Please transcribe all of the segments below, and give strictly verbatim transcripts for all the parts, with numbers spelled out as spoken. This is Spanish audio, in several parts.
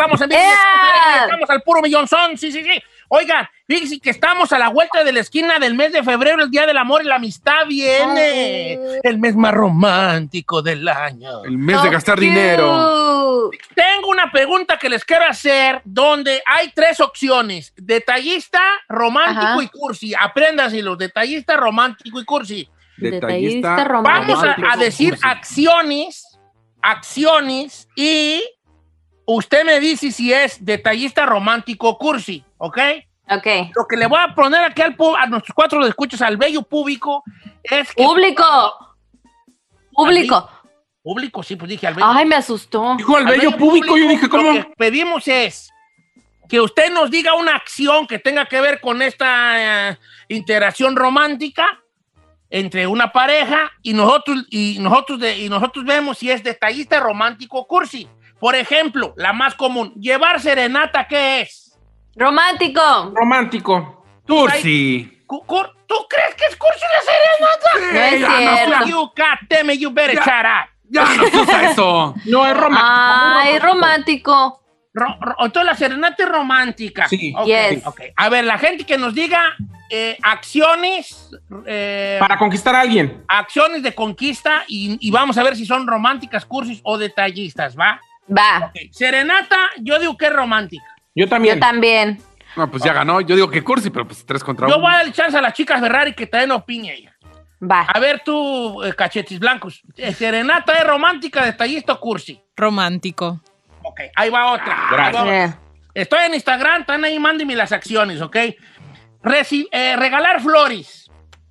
estamos en vivo, ¡Yeah! estamos al puro millonzón, sí, sí, sí. Oigan, fíjense que estamos a la vuelta de la esquina del mes de febrero, el Día del Amor y la Amistad viene. Ay. El mes más romántico del año. El mes So de gastar cute. dinero. Tengo una pregunta que les quiero hacer, donde hay tres opciones: detallista, romántico Ajá. y cursi. Apréndaselo, detallista, romántico y cursi. Detallista, romántico. Vamos a, a decir cursi. acciones, acciones, y usted me dice si es detallista, romántico o cursi, ¿ok? Ok. Lo que le voy a poner aquí al pu- a nuestros cuatro escuchos, al bello público, es que... Público. Público. Público, sí, pues dije al bello. Ay, me asustó. Dijo al Al bello público, yo dije, ¿cómo? Lo que pedimos es que usted nos diga una acción que tenga que ver con esta eh, interacción romántica entre una pareja y nosotros, y nosotros, de, y nosotros vemos si es detallista, romántico o cursi. Por ejemplo, la más común, llevar serenata, ¿qué es? Romántico. Romántico. Cursi. Cu- cur- ¿Tú crees que es cursi la serenata? No es ya no cierto. You got them, you better Ya. shut up. Ya no se usa eso. No, es romántico. Ay, romántico. Ro- ro- entonces la serenata es romántica. Sí. Ok, Yes. ok. A ver, la gente que nos diga eh, acciones, eh, Para conquistar a alguien. acciones de conquista y, y vamos a ver si son románticas, cursis o detallistas, ¿va? Va. Ok. Serenata, yo digo que es romántica. Yo también. Yo también. No, pues ya ganó. Yo digo que cursi, pero pues tres contra Yo uno. voy a darle chance a las chicas Ferrari que te den opinión. Va. A ver tú, eh, cachetis blancos. eh, ¿Serenata es romántica, detallista o cursi? Romántico. Ok, ahí va otra. Gracias. Ahí va otra. Eh, Estoy en Instagram, están ahí, mándenme las acciones, ¿ok? Reci- eh, regalar flores.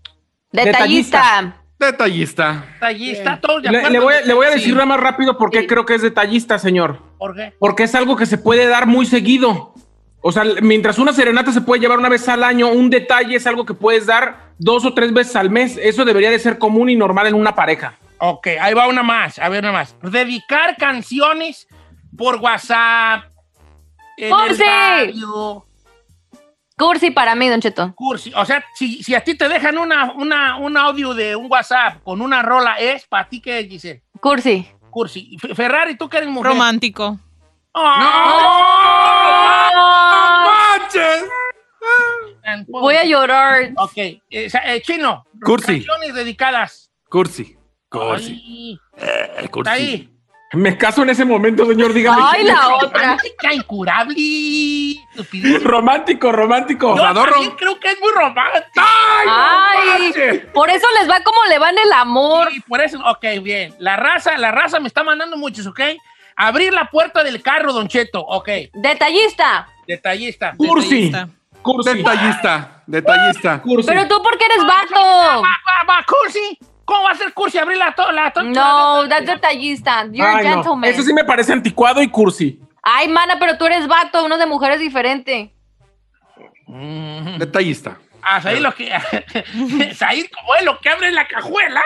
Detallista. Detallista. Detallista, todos de Le, acuerdo. le voy, a- le voy a decir Sí. nada más rápido por qué Sí. creo que es detallista, señor. ¿Por qué? Porque es algo que se puede dar muy seguido. O sea, mientras una serenata se puede llevar una vez al año, un detalle es algo que puedes dar dos o tres veces al mes. Eso debería de ser común y normal en una pareja. Ok, ahí va una más. A ver, una más. Dedicar canciones por WhatsApp. En el ¡Cursi! radio, Cursi para mí, Don Cheto. cursi. O sea, si, si a ti te dejan una, una, un audio de un WhatsApp con una rola, ¿es para ti qué, Giselle? Cursi. Cursi. F- Ferrari, ¿tú que eres mujer? Romántico. ¡Ah! ¡Manches! Voy a llorar. Ok. Eh, sa- eh, Chino. Cursi. Canciones dedicadas. Cursi. Cursi. Ay, Eh, está cursi. ahí. Me caso en ese momento, señor, dígame. Ay, la otra. Romántica, incurable. Estupidez. Romántico, romántico. Yo Adoro. también creo que es muy romántico. Ay, por eso les va como le va en el amor. Sí, por eso, ok, bien. La raza, la raza me está mandando muchos, ¿ok? Abrir la puerta del carro, Don Cheto, ok. Detallista. Detallista. Cursi. Detallista. Cursi. Detallista. Detallista. Cursi. Pero tú, ¿por qué eres vato? Va, va, va, cursi. ¿Cómo va a ser cursi abrir la to- la to- No, la- that's detallista. You're a Ay, no. gentleman. Eso sí me parece anticuado y cursi. Ay, mana, pero tú eres vato. Uno de mujer es diferente. Mm. Detallista. Ah, Said lo que... Said, como es lo que abre la cajuela.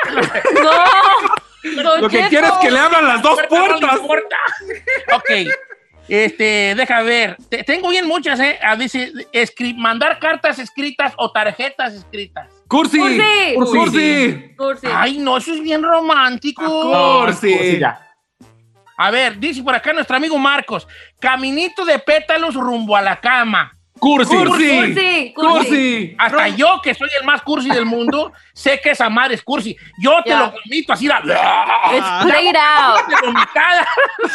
No. Don Lo que Cheto. quiere es que le abran las dos Puerta no le puertas. importa. Ok. Este, deja ver. Te- tengo bien muchas, ¿eh? A veces, escri- mandar cartas escritas o tarjetas escritas. Cursi. Cursi. Cursi. Cursi. Ay, no, eso es bien romántico. Ah, Cursi. Cursi ya. A ver, dice por acá nuestro amigo Marcos, caminito de pétalos rumbo a la cama. Cursi. Cursi. Cursi. Cursi. Cursi. Hasta yo, que soy el más cursi del mundo, sé que esa madre es cursi. Yo te Ya. lo permito así, la... Straight out. de vomitada.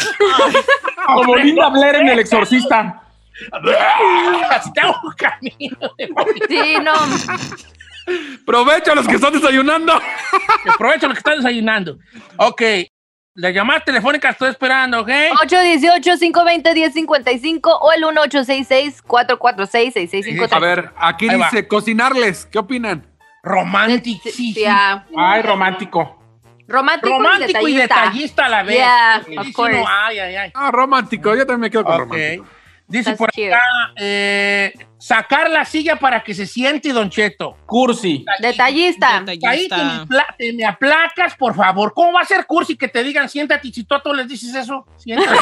Como Linda Blair en El Exorcista. Así te hago un camino de vomit- Sí, no. Provecho a los que están desayunando. Que aprovecho lo que están desayunando. Ok. La llamada telefónica estoy esperando, ¿ok? ocho uno ocho, cinco dos cero, uno cero cinco cinco o el uno ocho seis seis, cuatro cuatro seis, seis seis cinco A tres. ver, aquí Ahí va. dice cocinarles. ¿Qué opinan? Romántico. Sí, sí. Sí, ah, Ay, romántico. romántico, Romántico y detallista. detallista a la vez. Yeah, Sí, of sí, course. no, ay, ay, ay. Ah, romántico. Yo también me quedo con Ok. romántico. Dice That's por cute. acá, eh, sacar la silla para que se siente, Don Cheto. Cursi. Detallista. Ahí te me, Detallista. pla- te me aplacas, por favor. ¿Cómo va a ser cursi que te digan siéntate? Y si tú a todos les dices eso, siéntate.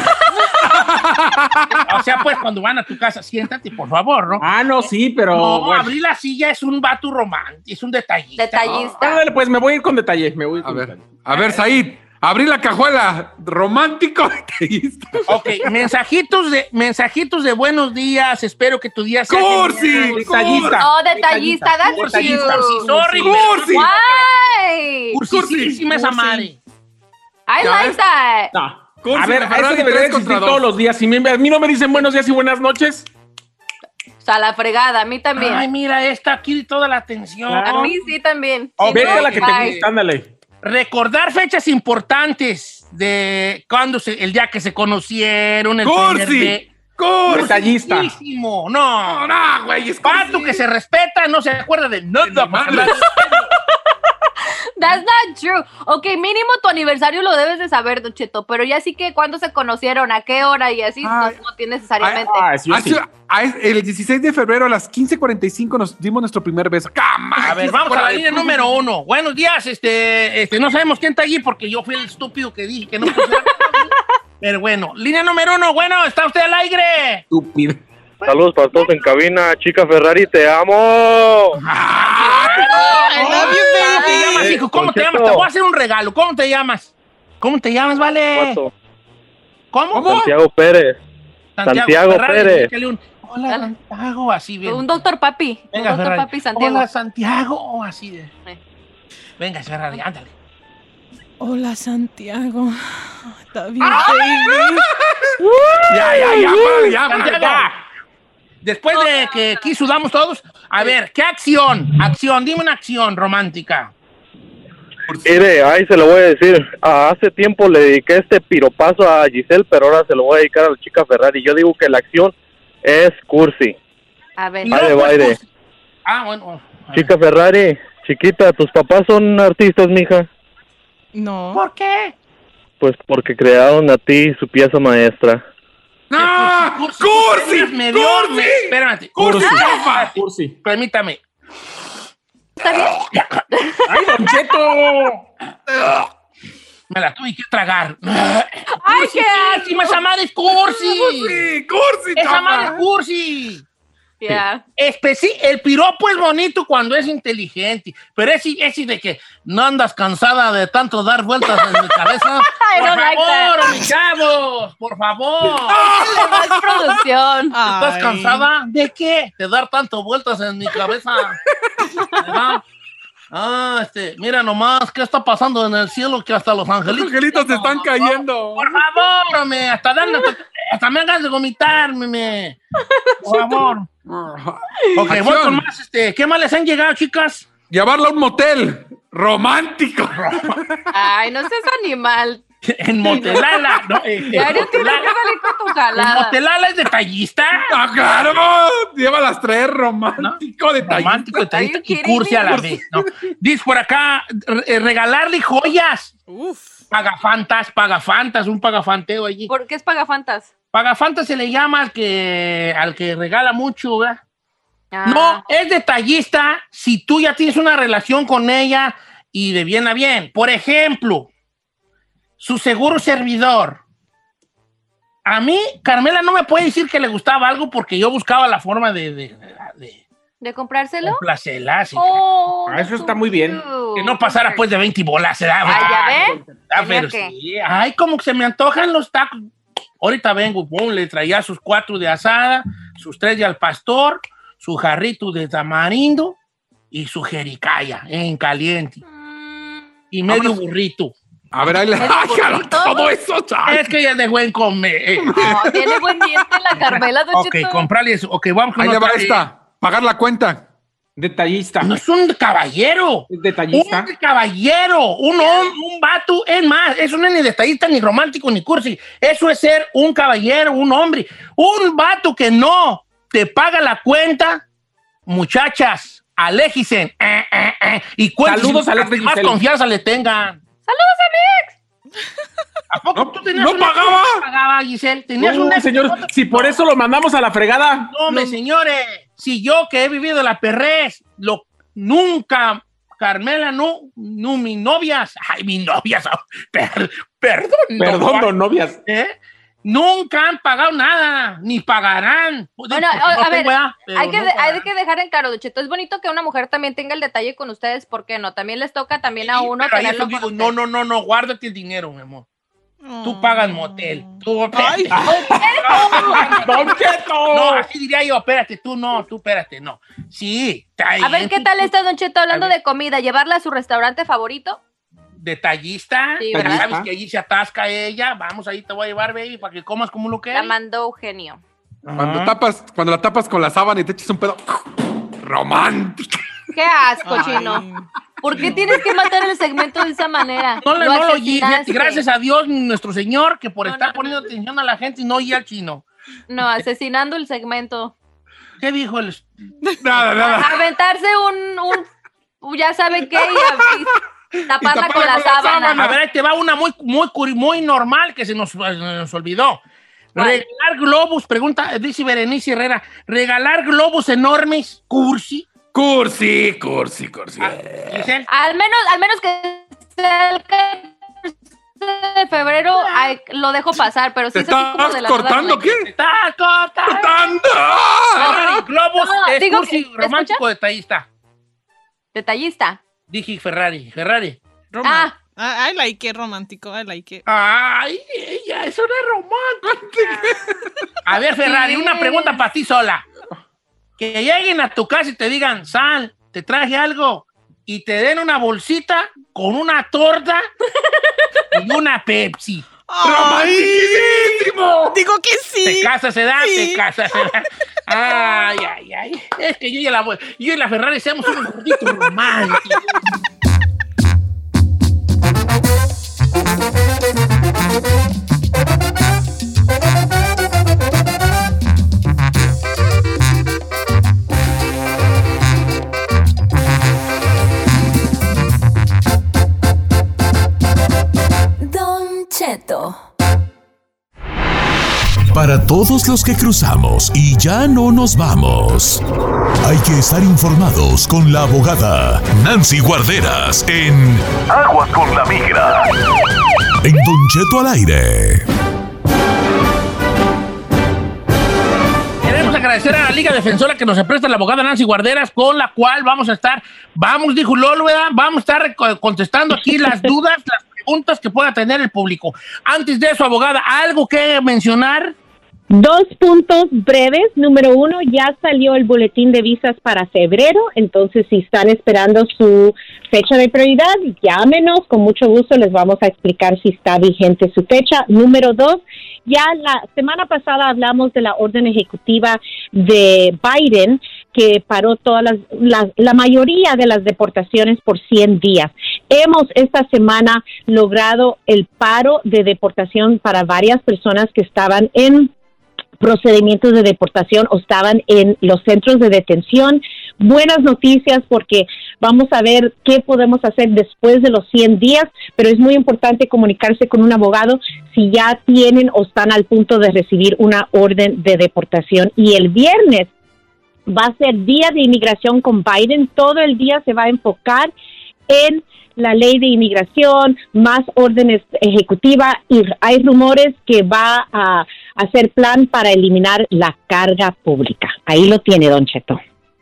O sea, pues cuando van a tu casa, siéntate, por favor, ¿no? Ah, no, sí, pero. no, bueno. abrir la silla es un vato romántico, es un detallista. Detallista. Ándale, pues me voy a ir con detalle. Me voy a ir A con ver, detalle. a ver, Said. Abrí la cajuela. Romántico. Detallista. Ok, mensajitos de, mensajitos de buenos días. Espero que tu día sea ¡Cursi! genial. Detallista. Oh, detallista, that's Detallista, cute. sí, sorry. ¡Cursi! Why? Cursisísima esa Cursi. madre. I ¿Ya like ves? that. No. Cursi, A ver, la eso Ferrari debería tres existir contra dos. todos los días. Si me- a mí no me dicen buenos días y buenas noches. O sea, la fregada, a mí también. Ay, mira, esta aquí toda la atención. Claro. A mí sí también. Oh, Sí, Vete no, a la que te bye. gusta, ándale. Recordar fechas importantes de cuando se, el día que se conocieron, el primer ¡Cursi! de- ¡Cursi! Detallista. Cursisísimo, no. No, no, güey, es Pato cursi. que se respeta no se acuerda de nada. madre. That's not true. Ok, mínimo tu aniversario lo debes de saber, Don Cheto, pero ya sí que cuando se conocieron, a qué hora y así, Ay. no, no tiene necesariamente. Ah, sí, yo sí. Hace- a- el dieciséis de febrero a las quince cuarenta y cinco nos dimos nuestro primer beso. ¡Cama! A ver, vamos a la línea número uno. Buenos días, este, este, no sabemos quién está allí porque yo fui el estúpido que dije que no pusiera. Pero bueno, línea número uno, bueno, está usted al aire. Estúpido. Saludos para todos en cabina. Chica Ferrari, te amo. ¿Cómo te llamas, hijo? ¿Cómo Don te llamas? Cheto. Te voy a hacer un regalo. ¿Cómo te llamas? ¿Cómo te llamas, vale? Pato. ¿Cómo? Santiago Pérez. Santiago Pérez. dígale un, Hola, Dale. Santiago, así bien. Un doctor papi. Venga, un doctor Ferrari. papi Santiago. Hola, Santiago, o así de. Eh. Venga, Ferrari, ándale. Hola, Santiago. Está bien, ¡Ah! baby. Ya, ya, ya, párale, ya, Santiago, ya. después de que aquí sudamos todos, a ver, ¿qué acción? Acción, dime una acción romántica. Mire, ahí se lo voy a decir. Ah, hace tiempo le dediqué este piropazo a Giselle, pero ahora se lo voy a dedicar a la chica Ferrari. Yo digo que la acción es cursi. A ver. Y Aire, luego, baile. pues, Ah, bueno. a ver. Chica Ferrari, chiquita, ¿tus papás son artistas, mija? No. ¿Por qué? Pues porque crearon a ti su pieza maestra. ¡No! Cursi, ¡Cursi! me dio, ¡Cursi! me- espérate. ¡Cursi, chafa! Cursi. Permítame. ¿Está bien? ¡Ay, Don Cheto! Me la tuve que tragar. ¡Ay, qué Cursi, esa madre es cursi. ¡Cursi! ¡Cursi, Esa madre es chafa! cursi. Ya. Especi- el piropo es bonito cuando es inteligente, pero ese, ese de que no andas cansada de tanto dar vueltas en mi cabeza. I Por don't like favor, that. mis chavos, por favor. Más producción. ¿Estás Ay. cansada? ¿De qué? De dar tanto vueltas en mi cabeza. ¿Verdad? Ah, este, mira nomás, ¿qué está pasando en el cielo? Que hasta los Los angelitos. angelitos se están cayendo. Por favor, me, hasta, dan, hasta, hasta me hagas de vomitar, me. Por favor. Ok, Acción. voy con más, este, ¿qué más les han llegado, chicas? Llevarla a un motel. Romántico. Ay, no seas animal. En Motelala, ¿no? Este, Diario tienes que Motelala. salir con tu ¿En jalada. Motelala es detallista? ¡Ah, claro! Lleva las tres. Romántico, detallista. Romántico, detallista Are you y kidding cursi a la me? vez, ¿no? Dice por acá, re- regalarle joyas. Uf. Pagafantas, pagafantas, un pagafanteo allí. ¿Por qué es pagafantas? Pagafantas se le llama al que, al que regala mucho, ¿verdad? Ah. No, es detallista si tú ya tienes una relación con ella y de bien a bien. Por ejemplo, su seguro servidor. A mí, Carmela no me puede decir que le gustaba algo porque yo buscaba la forma de, de, de ¿De comprárselo? complacerla, sí. Oh, Ah, eso está muy bien. Que no pasara pues de veinte bolas. ¿verdad? Ah, ¿ya ve? Ah, Tenía pero que. sí. Ay, como que se me antojan los tacos. Ahorita vengo, pum, le traía sus cuatro de asada, sus tres de al pastor, su jarrito de tamarindo y su jericaya en caliente. Mm, Y medio Vámonos. burrito. A ver, ahí le... ¿Es ¡Ay, jalo, bonito? todo eso, chaval! Es que ella es de buen comer. no, tiene buen diente la Carmela, Don Ok, Cheto. comprarle eso. Ok, vamos con Ahí le va otra. esta. Pagar la cuenta. Detallista. No es un caballero. Es detallista. Un caballero, un, hom- un vato, es más, eso no es ni detallista, ni romántico, ni cursi. Eso es ser un caballero, un hombre. Un vato que no te paga la cuenta, muchachas, aléjisen. Eh, eh, eh, y cuéntense Saludos a las Alex de que más Giselle. confianza le tengan. ¡Saludos, Alex! ¿A poco No, tú tenías no un ex que pagaba. no pagaba, Giselle? ¿Tenías No, un ex señor, que no te- si por eso lo mandamos a la fregada. No, hombre, señores, si yo que he vivido la perrez, lo, nunca, Carmela, no, no, mis novias, ay, mis novias, per- perdón, Perdón, no, don novias. ¿eh? Nunca han pagado nada, ni pagarán. Bueno, Porque a, no a ver, tengo edad, pero hay que, no de- hay pagarán. que dejar en claro, Don Cheto, es bonito que una mujer también tenga el detalle con ustedes, ¿por qué no? También les toca también a Sí, uno pero ahí tenerlo eso digo, con no, ustedes. no, no, no, guárdate el dinero, mi amor. Tú pagas motel. Tú, Ay. ¡Don Cheto! No, así diría yo, espérate, tú no, tú espérate, no. Sí, está A ver, bien, ¿qué tú- tal tú- está, Don Cheto, hablando A ver. de comida? ¿Llevarla a su restaurante favorito? Detallista, Sí, ya ¿verdad? sabes que allí se atasca ella, vamos ahí te voy a llevar, baby, para que comas como lo que La es. mandó Eugenio. Cuando tapas, cuando la tapas con la sábana y te echas un pedo romántico. ¡Qué asco, Ay. Chino! ¿Por qué tienes que matar el segmento de esa manera? No, le- no lo oí, fíjate, asesinaste. gracias a Dios, nuestro Señor, que por No, estar no, no. poniendo atención a la gente y no oía al chino. No, asesinando el segmento. ¿Qué dijo el...? Nada, nada. Aventarse un, un ya sabe qué, y, y taparla Y con la taparla con la sábana. sábana. A ver, ahí te va una muy, muy, curi- muy normal que se nos, nos olvidó. ¿Cuál? Regalar globos, pregunta, dice Berenice Herrera, regalar globos enormes, cursi. Cursi, cursi, cursi. Ah, Giselle. Al menos, al menos que sea el catorce de febrero, ay, lo dejo pasar, pero sí ¿Te es así como estás de la cortando verdad, qué? Está corta. ¡Cortando! Ferrari, globos No, es digo cursi, que- ¿me romántico, detallista. Detallista. Dije Ferrari, Ferrari. Roma- I, I like it, romántico, I like it. Ay, ella es una romántica. A ver, Ferrari, Sí. una pregunta para ti sola. Que lleguen a tu casa y te digan, Sal, te traje algo, y te den una bolsita con una torta y una Pepsi. ¡Romantiquísimo! Digo que sí. Te casas, se da, Sí. te casas, se da. Ay, ay, ay. Es que yo y la, yo y la Ferrari seamos un gordito romántico. Don Cheto. Para todos los que cruzamos y ya no nos vamos, hay que estar informados con la abogada Nancy Guarderas en Aguas con la Migra. En Don Cheto al aire. Queremos agradecer a la Liga Defensora que nos presta la abogada Nancy Guarderas, con la cual vamos a estar, vamos, dijo Lolo, ¿verdad? Vamos a estar co- contestando aquí las dudas, las preguntas que pueda tener el público. Antes de eso, abogada, ¿algo que mencionar? Dos puntos breves. Número uno, ya salió el boletín de visas para febrero, entonces si están esperando su fecha de prioridad, llámenos, con mucho gusto les vamos a explicar si está vigente su fecha. Número dos, ya la semana pasada hablamos de la orden ejecutiva de Biden que paró todas las, la, la mayoría de las deportaciones por cien días. Hemos esta semana logrado el paro de deportación para varias personas que estaban en procedimientos de deportación o estaban en los centros de detención. Buenas noticias porque vamos a ver qué podemos hacer después de los cien días, pero es muy importante comunicarse con un abogado si ya tienen o están al punto de recibir una orden de deportación. Y el viernes va a ser día de inmigración con Biden. Todo el día se va a enfocar en la ley de inmigración, más órdenes ejecutivas, y hay rumores que va a hacer plan para eliminar la carga pública. Ahí lo tiene, Don Cheto.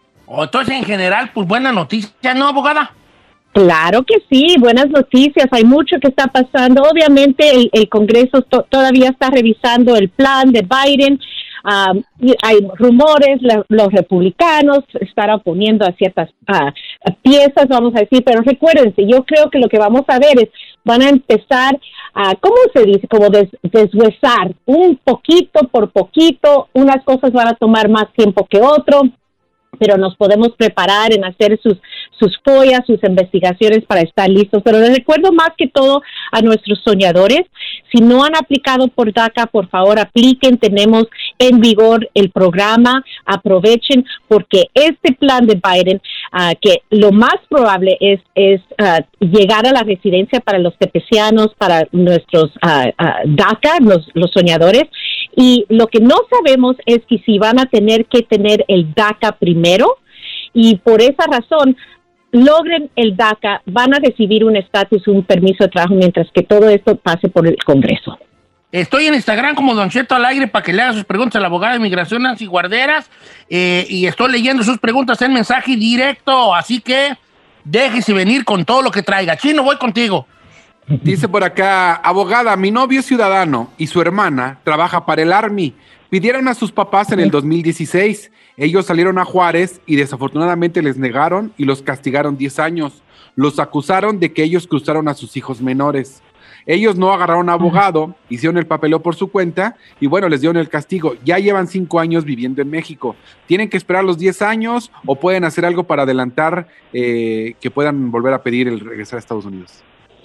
O entonces, en general, pues buena noticia, ¿no, abogada? Claro que sí, buenas noticias, hay mucho que está pasando. Obviamente el, el Congreso to- todavía está revisando el plan de Biden. Um, y hay rumores, la, los republicanos están oponiendo a ciertas uh, piezas, vamos a decir, pero recuérdense, yo creo que lo que vamos a ver es, van a empezar a, ¿cómo se dice? Como des, deshuesar, un poquito por poquito, unas cosas van a tomar más tiempo que otro, pero nos podemos preparar en hacer sus sus follas, sus investigaciones para estar listos. Pero les recuerdo más que todo a nuestros soñadores, si no han aplicado por DACA, por favor apliquen, tenemos en vigor el programa, aprovechen, porque este plan de Biden, uh, que lo más probable es, es uh, llegar a la residencia para los tepecianos, para nuestros uh, uh, DACA, los, los soñadores, y lo que no sabemos es que si van a tener que tener el DACA primero, y por esa razón logren el DACA, van a recibir un estatus, un permiso de trabajo mientras que todo esto pase por el Congreso. Estoy en Instagram como Don Cheto al aire para que le haga sus preguntas a la abogada de inmigración Nancy Guarderas. Eh, y estoy leyendo sus preguntas en mensaje directo. Así que déjese venir con todo lo que traiga. Chino, voy contigo. Dice por acá, abogada, mi novio es ciudadano y su hermana trabaja para el Army. Pidieron a sus papás en el dos mil dieciséis. Ellos salieron a Juárez y desafortunadamente les negaron y los castigaron diez años. Los acusaron de que ellos cruzaron a sus hijos menores. Ellos no agarraron abogado, hicieron el papeleo por su cuenta y bueno, les dieron el castigo. Ya llevan cinco años viviendo en México. ¿Tienen que esperar los diez años o pueden hacer algo para adelantar eh, que puedan volver a pedir el regresar a Estados Unidos?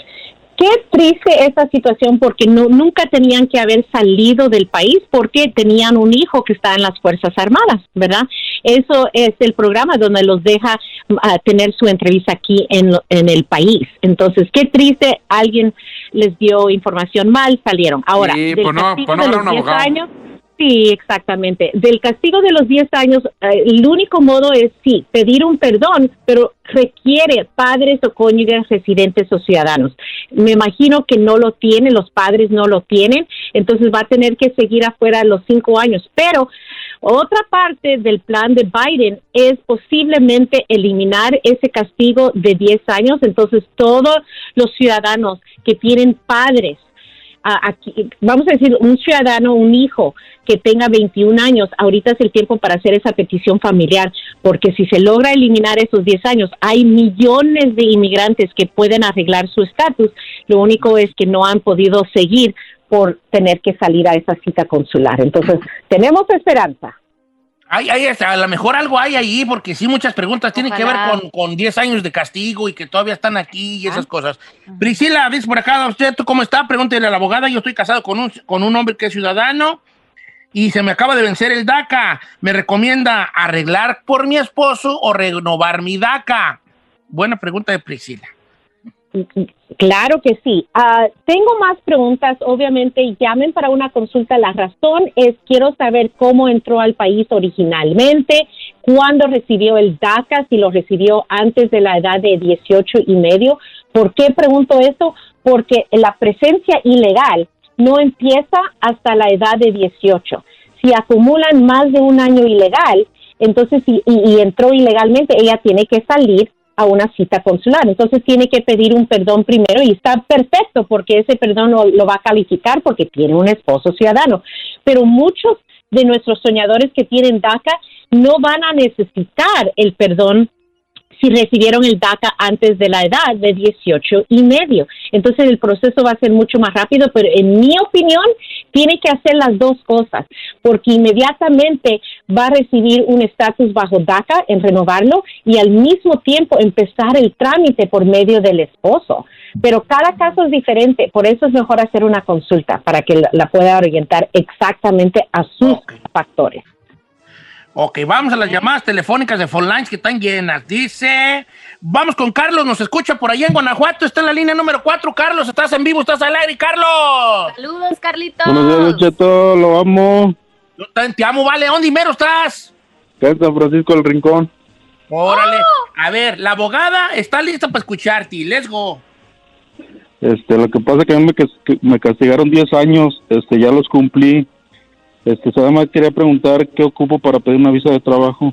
Qué triste esta situación porque no, nunca tenían que haber salido del país porque tenían un hijo que está en las Fuerzas Armadas, ¿verdad? Eso es el programa donde los deja uh, tener su entrevista aquí en, en el país. Entonces, qué triste, alguien les dio información mal, salieron. Ahora, sí, del pues no, castigo pues no de los un diez abogado. años, sí, exactamente. Del castigo de los diez años, eh, el único modo es, sí, pedir un perdón, pero requiere padres o cónyuges residentes o ciudadanos. Me imagino que no lo tienen, los padres no lo tienen, entonces va a tener que seguir afuera los cinco años. Pero otra parte del plan de Biden es posiblemente eliminar ese castigo de diez años, entonces todos los ciudadanos que tienen padres, aquí, vamos a decir, un ciudadano, un hijo que tenga veintiún años, ahorita es el tiempo para hacer esa petición familiar, porque si se logra eliminar esos diez años, hay millones de inmigrantes que pueden arreglar su estatus, lo único es que no han podido seguir por tener que salir a esa cita consular. Entonces, tenemos esperanza. Hay, hay, a lo mejor algo hay ahí, porque sí, muchas preguntas tienen que ver con, con diez años de castigo y que todavía están aquí y esas cosas. Priscila, dice por acá, ¿usted cómo está? Pregúntele a la abogada. Yo estoy casado con un, con un hombre que es ciudadano y se me acaba de vencer el DACA. ¿Me recomienda arreglar por mi esposo o renovar mi DACA? Buena pregunta de Priscila. Claro que sí. Uh, tengo más preguntas. Obviamente, llamen para una consulta. La razón es, quiero saber cómo entró al país originalmente, cuándo recibió el DACA, si lo recibió antes de la edad de dieciocho y medio. ¿Por qué pregunto esto? Porque la presencia ilegal no empieza hasta la edad de dieciocho. Si acumulan más de un año ilegal, entonces, y, y, y entró ilegalmente, ella tiene que salir a una cita consular. Entonces tiene que pedir un perdón primero y está perfecto porque ese perdón lo, lo va a calificar porque tiene un esposo ciudadano. Pero muchos de nuestros soñadores que tienen DACA no van a necesitar el perdón si recibieron el DACA antes de la edad de dieciocho y medio. Entonces el proceso va a ser mucho más rápido, pero en mi opinión tiene que hacer las dos cosas, porque inmediatamente va a recibir un estatus bajo DACA en renovarlo y al mismo tiempo empezar el trámite por medio del esposo. Pero cada caso es diferente, por eso es mejor hacer una consulta para que la, la pueda orientar exactamente a sus okay. factores. Ok, vamos a las llamadas telefónicas de phone lines que están llenas. Dice, vamos con Carlos, nos escucha por allá en Guanajuato, está en la línea número cuatro. Carlos, estás en vivo, estás al aire, Carlos. Saludos, Carlitos. Buenos días, Cheto, lo amo. Yo también te amo, vale. ¿Dónde mero estás? En San Francisco del Rincón. Órale. Oh. A ver, la abogada está lista para escucharte. Let's go. Este, lo que pasa es que a mí me, me castigaron diez años, este, ya los cumplí. Este, además quería preguntar qué ocupo para pedir una visa de trabajo.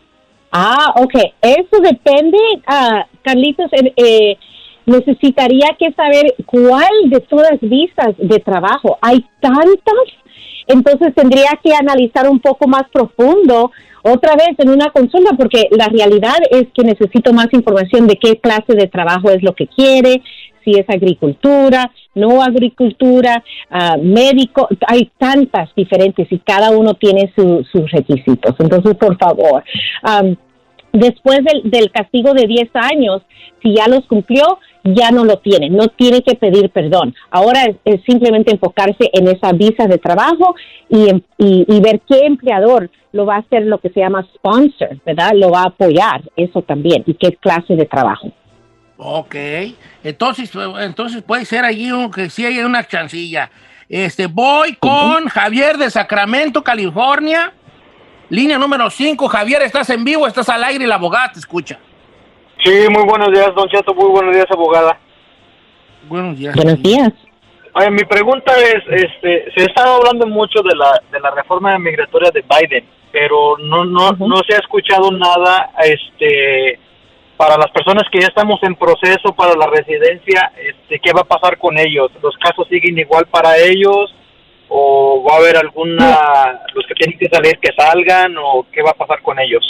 Ah, ok. Eso depende, uh, Carlitos. Eh, eh, necesitaría que saber cuál de todas visas de trabajo. Hay tantas, entonces tendría que analizar un poco más profundo otra vez en una consulta, porque la realidad es que necesito más información de qué clase de trabajo es lo que quiere, si es agricultura, no agricultura, uh, médico, hay tantas diferentes y cada uno tiene su, sus requisitos. Entonces, por favor, um, después del, del castigo de diez años, si ya los cumplió, ya no lo tiene, no tiene que pedir perdón. Ahora es, es simplemente enfocarse en esa visa de trabajo y, y, y ver qué empleador lo va a hacer, lo que se llama sponsor, ¿verdad? Lo va a apoyar, eso también, y qué clase de trabajo. Ok, entonces, entonces puede ser allí un, que sí hay una chancilla. Este, voy con Javier de Sacramento, California, línea número cinco. Javier, estás en vivo, estás al aire y la abogada te escucha. Sí, muy buenos días, Don Cheto, muy buenos días, abogada. Buenos días. Buenos días. Oye, mi pregunta es, este, se ha estado hablando mucho de la de la reforma migratoria de Biden, pero no no uh-huh. no se ha escuchado nada, este, para las personas que ya estamos en proceso para la residencia, este, ¿qué va a pasar con ellos? ¿Los casos siguen igual para ellos? ¿O va a haber alguna, los que tienen que salir que salgan? ¿O qué va a pasar con ellos?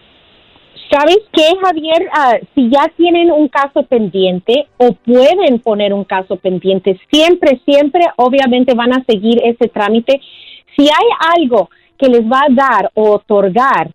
¿Sabes qué, Javier? Uh, si ya tienen un caso pendiente o pueden poner un caso pendiente, siempre, siempre, obviamente van a seguir ese trámite. Si hay algo que les va a dar o otorgar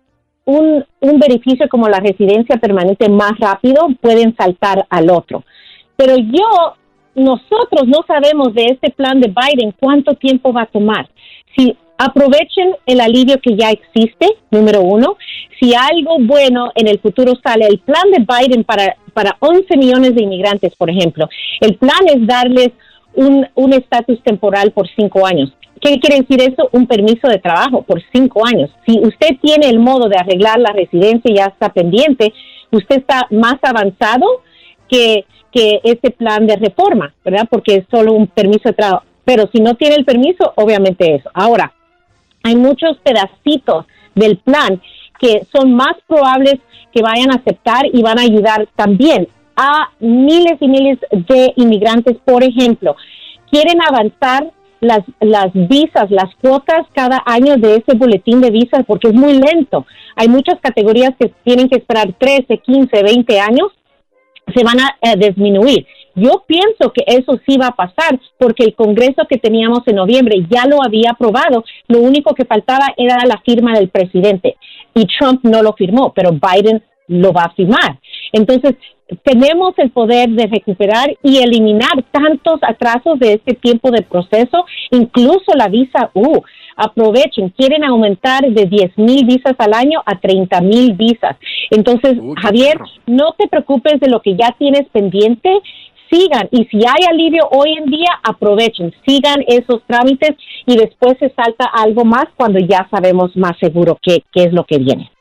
un, un beneficio como la residencia permanente más rápido, pueden saltar al otro. Pero yo, nosotros no sabemos de este plan de Biden cuánto tiempo va a tomar. Si aprovechen el alivio que ya existe, número uno. Si algo bueno en el futuro sale, el plan de Biden para, para once millones de inmigrantes, por ejemplo, el plan es darles un un estatus temporal por cinco años. ¿Qué quiere decir eso? Un permiso de trabajo por cinco años. Si usted tiene el modo de arreglar la residencia y ya está pendiente, usted está más avanzado que, que ese plan de reforma, ¿verdad? Porque es solo un permiso de trabajo. Pero si no tiene el permiso, obviamente eso. Ahora, hay muchos pedacitos del plan que son más probables que vayan a aceptar y van a ayudar también a miles y miles de inmigrantes. Por ejemplo, quieren avanzar las, las visas, las cuotas cada año de ese boletín de visas porque es muy lento. Hay muchas categorías que tienen que esperar trece, quince, veinte años, se van a eh, disminuir. Yo pienso que eso sí va a pasar porque el Congreso que teníamos en noviembre ya lo había aprobado. Lo único que faltaba era la firma del presidente y Trump no lo firmó, pero Biden lo va a firmar. Entonces, tenemos el poder de recuperar y eliminar tantos atrasos de este tiempo de proceso, incluso la visa U. Aprovechen, quieren aumentar de diez mil visas al año a treinta mil visas. Entonces, Uy, Javier, perro. no te preocupes de lo que ya tienes pendiente, sigan, y si hay alivio hoy en día, aprovechen, sigan esos trámites y después se salta algo más cuando ya sabemos más seguro qué, qué es lo que viene.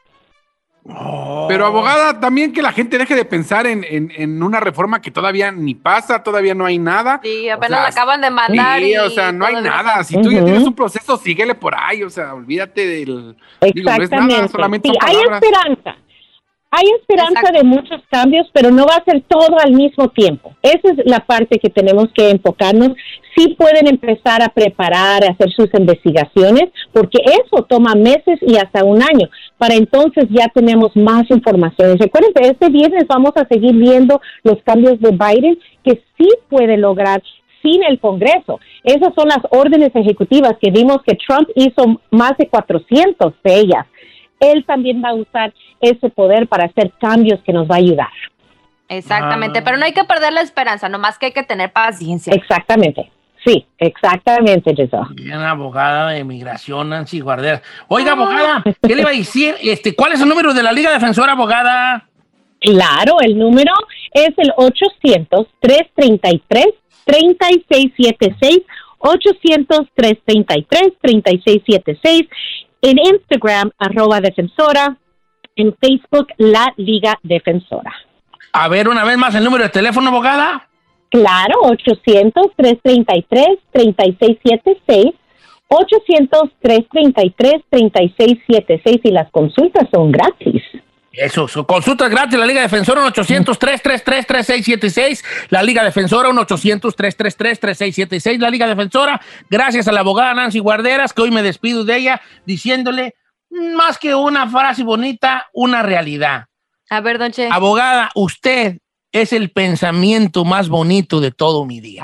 Oh. Pero abogada, también que la gente deje de pensar en, en, en una reforma que todavía ni pasa, todavía no hay nada. Sí, apenas o sea, la acaban de mandar. Sí, y o sea, no hay nada. Si uh-huh. tú ya tienes un proceso, síguele por ahí, o sea, olvídate del... Exactamente. Digo, no es nada, solamente sí, son hay palabras. esperanza. Hay esperanza Exacto. de muchos cambios, pero no va a ser todo al mismo tiempo. Esa es la parte que tenemos que enfocarnos. Sí pueden empezar a preparar, a hacer sus investigaciones, porque eso toma meses y hasta un año. Para entonces ya tenemos más información. Recuerden que este viernes vamos a seguir viendo los cambios de Biden que sí puede lograr sin el Congreso. Esas son las órdenes ejecutivas que vimos que Trump hizo más de cuatrocientas de ellas. Él también va a usar ese poder para hacer cambios que nos va a ayudar. Exactamente, Ah. pero no hay que perder la esperanza, nomás que hay que tener paciencia. Exactamente, sí, exactamente, Giselle. Bien, abogada de migración, Nancy Guardera. Oiga, abogada, ¿qué le iba a decir? Este, ¿cuál es el número de la Liga Defensora, abogada? Claro, el número es el ochocientos, trescientos treinta y tres, treinta y seis setenta y seis, ochocientos, trescientos treinta y tres, treinta y seis setenta y seis. En Instagram, arroba defensora. En Facebook, La Liga Defensora. A ver, una vez más el número de teléfono, abogada. Claro, ochocientos, trescientos treinta y tres, treinta y seis setenta y seis. ochocientos, trescientos treinta y tres, treinta y seis setenta y seis. Y las consultas son gratis. Eso, su consulta es gratis. La Liga Defensora, un ochocientos, trescientos treinta y tres, treinta y seis setenta y seis. La Liga Defensora, un ochocientos, trescientos treinta y tres, treinta y seis setenta y seis. La Liga Defensora, gracias a la abogada Nancy Guarderas, que hoy me despido de ella diciéndole, más que una frase bonita, una realidad. A ver, don Che. Abogada, usted es el pensamiento más bonito de todo mi día.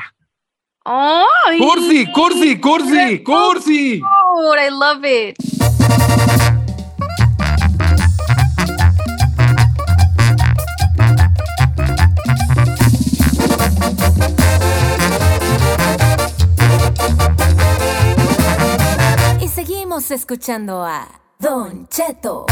¡Ay! ¡Cursi, cursi, cursi, cursi! Oh, I love it. Y seguimos escuchando a Don Cheto.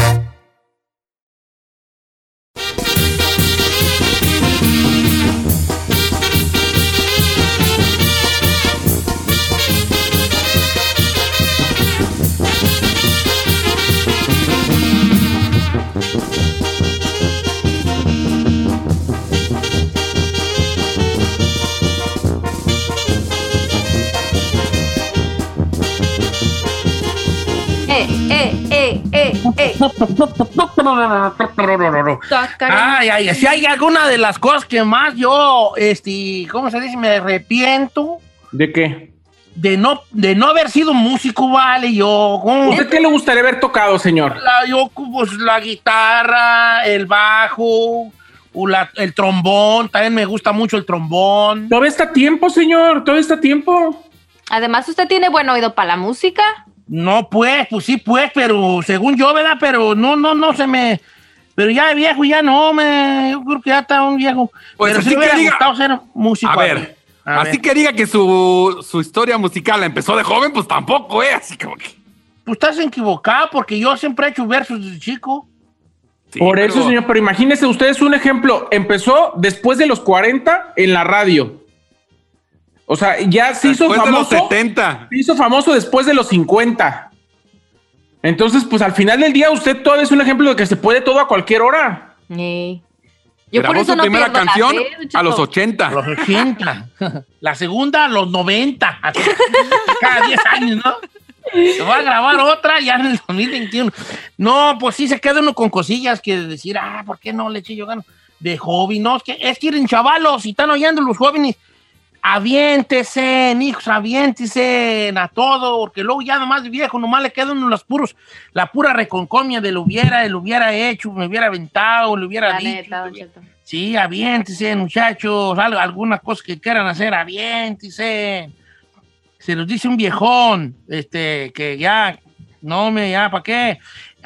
Ay, ay, si hay alguna de las cosas que más yo, este, ¿cómo se dice? Me arrepiento. ¿De qué? De no, de no haber sido músico, vale, yo. ¿cómo? ¿Usted qué le gustaría haber tocado, señor? La, yo, pues, la guitarra, el bajo, o la, el trombón, también me gusta mucho el trombón. Todavía está a tiempo, señor, todavía está a tiempo. Además, ¿usted tiene buen oído para la música? No, pues, pues sí, pues, pero según yo, ¿verdad? Pero no, no, no se me... Pero ya de viejo, ya no, me... Yo creo que ya está un viejo. Pues pero así sí me que hubiera diga... gustado ser músico. A ver, a así ver. que diga que su, su historia musical la empezó de joven, pues tampoco, ¿eh? Así como que... Pues estás equivocado, porque yo siempre he hecho versos desde chico. Sí, Por pero... eso, señor, pero imagínese, usted es un ejemplo. Empezó después de los cuarenta en la radio. O sea, ya se hizo famoso. Después de los setenta. Se hizo famoso después de los cincuenta. Entonces, pues al final del día, usted todavía es un ejemplo de que se puede todo a cualquier hora. Sí. Yo Grabó por eso su no primera canción fe, a los ochenta. A los ochenta. La segunda a los noventa. Cada diez años, ¿no? Se va a grabar otra ya en el dos mil veintiuno. No, pues sí se queda uno con cosillas que decir, ah, ¿por qué no le eché yo ganas? De hobby, no, es que, es que ir chavalos y están oyendo los jóvenes. Aviéntese, hijos, aviéntese a todo, porque luego ya nomás de viejo, nomás le quedan los puros, la pura reconcomia de lo hubiera, lo hubiera hecho, me hubiera aventado, le hubiera La dicho. neta, hubiera... Sí, aviéntese, muchachos, algo, alguna cosa que quieran hacer, aviéntese. Se los dice un viejón, este, que ya, no me, ya, ¿para qué?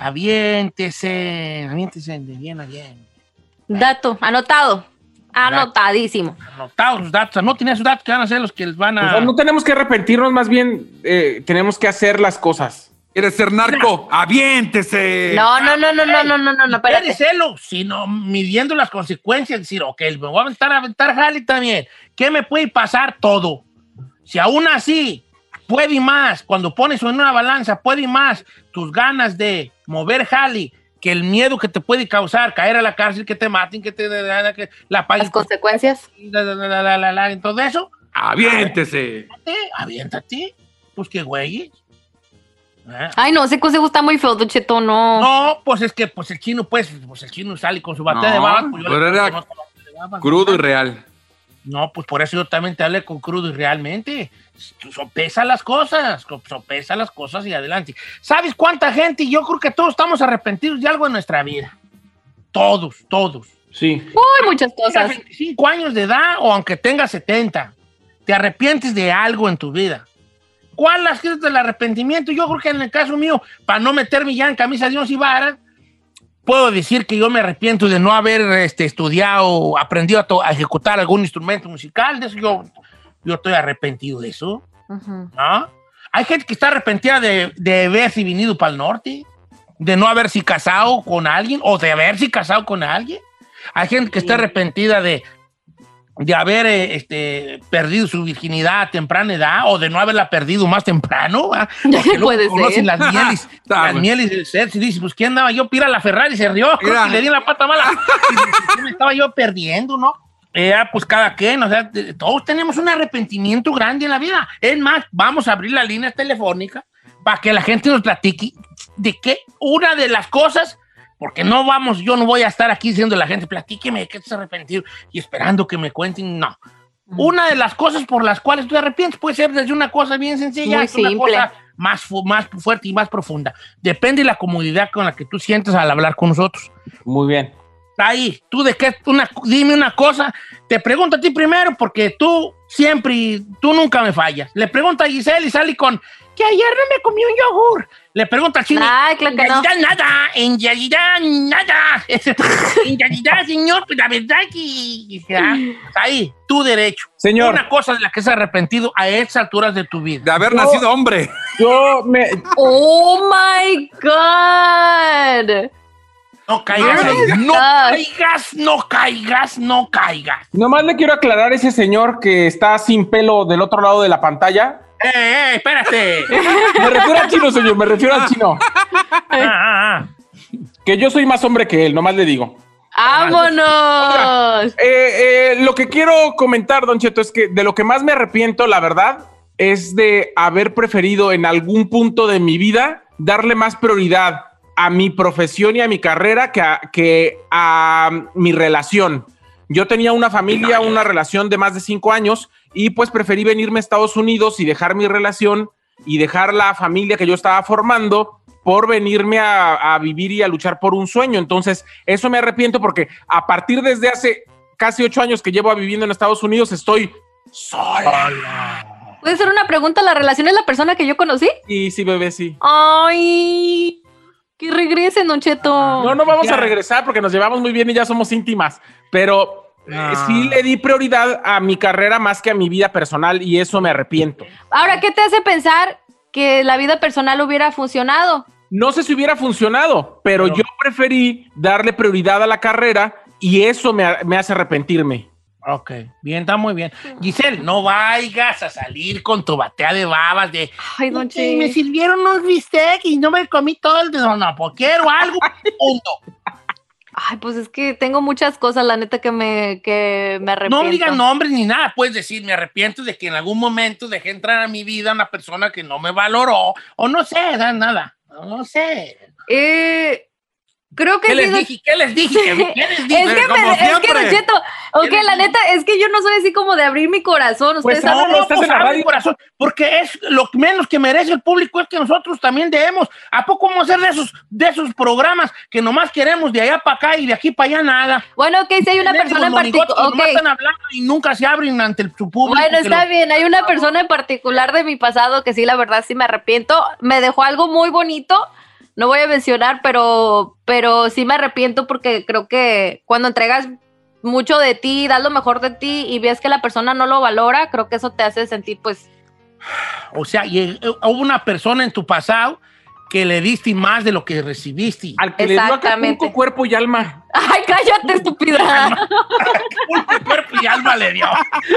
Aviéntese, aviéntese de bien a bien. Dato, anotado. Anotadísimo. Anotados los datos. No tiene esos datos que van a ser los que les van a... O sea, no tenemos que arrepentirnos, más bien eh, tenemos que hacer las cosas. ¿Quieres ser narco? Mira. ¡Aviéntese! No, no, no, no, no, no, no, no, no, espérate. Celo, sino midiendo las consecuencias, decir, ok, me voy a aventar, a aventar jale también. ¿Qué me puede pasar? Todo. Si aún así puede y más, cuando pones en una balanza, puede y más tus ganas de mover jale, que el miedo que te puede causar caer a la cárcel, que te maten, que te que la paguen. Las consecuencias. La, la, la, la, la, la, todo eso. Aviéntese. Aviéntate, aviéntate. Pues qué güey. ¿Eh? Ay, no, ese consejo está muy feo, Don Cheto, no. No, pues es que pues el chino, pues, pues el chino sale con su bate no, de babas. Pues yo pero le era babas, crudo ¿no? y real. No, pues por eso yo también te hablé con crudo y realmente. Sopesa las cosas, sopesa las cosas y adelante. ¿Sabes cuánta gente? Yo creo que todos estamos arrepentidos de algo en nuestra vida. Todos, todos. Sí. Uy, muchas cosas. veinticinco años de edad o aunque tengas setenta, te arrepientes de algo en tu vida. ¿Cuál es el arrepentimiento? Yo creo que en el caso mío, para no meterme ya en camisa de once varas, puedo decir que yo me arrepiento de no haber este, estudiado, aprendido a, to- a ejecutar algún instrumento musical. De eso yo... Yo estoy arrepentido de eso. Uh-huh. ¿No? Hay gente que está arrepentida de, de haberse venido para el norte, de no haberse casado con alguien o de haberse casado con alguien. Hay gente que sí. está arrepentida de, de haber este, perdido su virginidad a temprana edad o de no haberla perdido más temprano. Porque puede luego conocen ser. las mieles, las mieles del sexo y dice, pues ¿qué andaba yo? Pira la Ferrari, se rió y le di la pata mala. Y me estaba yo perdiendo, ¿no? Eh, pues cada quien, o sea, todos tenemos un arrepentimiento grande en la vida. Es más, vamos a abrir la línea telefónica para que la gente nos platique de qué una de las cosas, porque no vamos, yo no voy a estar aquí diciendo a la gente, platíqueme de qué estás arrepentido y esperando que me cuenten, no. Mm. Una de las cosas por las cuales tú te arrepientes puede ser desde una cosa bien sencilla hasta una cosa más, fu- más fuerte y más profunda. Depende de la comodidad con la que tú sientes al hablar con nosotros. Muy bien. Ahí, tú de qué, una, dime una cosa, te pregunto a ti primero porque tú siempre, tú nunca me fallas. Le pregunto a Giselle y sale con que ayer no me comí un yogur. Le pregunto al chino, Ay, claro que en realidad no. nada, en realidad nada. En realidad, señor, pues la verdad que, ya, ahí, tu derecho. Señor. Una cosa de la que has arrepentido a esas alturas de tu vida. De haber yo, nacido hombre. Yo me... Oh, my God. No caigas ahí. No caigas, no caigas, no caigas. Nomás le quiero aclarar a ese señor que está sin pelo del otro lado de la pantalla. ¡Eh, eh, espérate! Me refiero al chino, señor, me refiero al chino. Ah, ah, ah. Que yo soy más hombre que él, nomás le digo. ¡Vámonos! Eh, eh, lo que quiero comentar, Don Cheto, es que de lo que más me arrepiento, la verdad, es de haber preferido en algún punto de mi vida darle más prioridad a mi profesión y a mi carrera que a, que a mi relación. Yo tenía una familia, una relación de más de cinco años y pues preferí venirme a Estados Unidos y dejar mi relación y dejar la familia que yo estaba formando por venirme a, a vivir y a luchar por un sueño. Entonces, eso me arrepiento porque a partir desde hace casi ocho años que llevo viviendo en Estados Unidos, estoy sola. ¿Puede ser una pregunta? ¿La relación es la persona que yo conocí? Sí, sí, bebé, sí. Ay, que regresen, Don Cheto. No, no vamos Ya. a regresar porque nos llevamos muy bien y ya somos íntimas, pero Ah. eh, sí le di prioridad a mi carrera más que a mi vida personal y eso me arrepiento. Ahora, ¿qué te hace pensar que la vida personal hubiera funcionado? No sé si hubiera funcionado, pero, Pero- yo preferí darle prioridad a la carrera y eso me, me hace arrepentirme. Ok, bien, está muy bien. Giselle, no vayas a salir con tu batea de babas de... Ay, Don "Y Che. me sirvieron un bistec y no me comí todo el... No, no, pues quiero algo, punto. Ay, pues es que tengo muchas cosas, la neta, que me, que me arrepiento. No digan nombres ni nada, puedes decir, me arrepiento de que en algún momento dejé entrar a mi vida una persona que no me valoró, o no sé, da- nada, no sé. Eh, creo que ¿Qué sí, les Don- dije? ¿Qué les dije? ¿Qué, qué les dije? Es que, Como me, es que siempre. Don Cheto, ok, les la digo? neta, es que yo no soy así como de abrir mi corazón. Ustedes Pues saben. no, No, no, estás pues en la abre radio. el corazón, porque es lo menos que merece el público es que nosotros también demos. ¿A poco vamos a hacer de esos, de esos programas que nomás queremos de allá para acá y de aquí para allá nada? Bueno, ok, si hay una persona en particular. Nomás Ok, están hablando y nunca se abren ante el- su público. bueno, que está lo- bien. Hay una persona en particular de mi pasado que sí, la verdad, sí me arrepiento. Me dejó algo muy bonito. No voy a mencionar, pero, pero sí me arrepiento porque creo que cuando entregas mucho de ti, das lo mejor de ti y ves que la persona no lo valora, creo que eso te hace sentir, pues, O sea, y, eh, hubo una persona en tu pasado que le diste más de lo que recibiste. Al que le dio Exactamente. Acapulco, cuerpo y alma. ay, cállate, estúpida. Pulpo, cuerpo y alma le dio.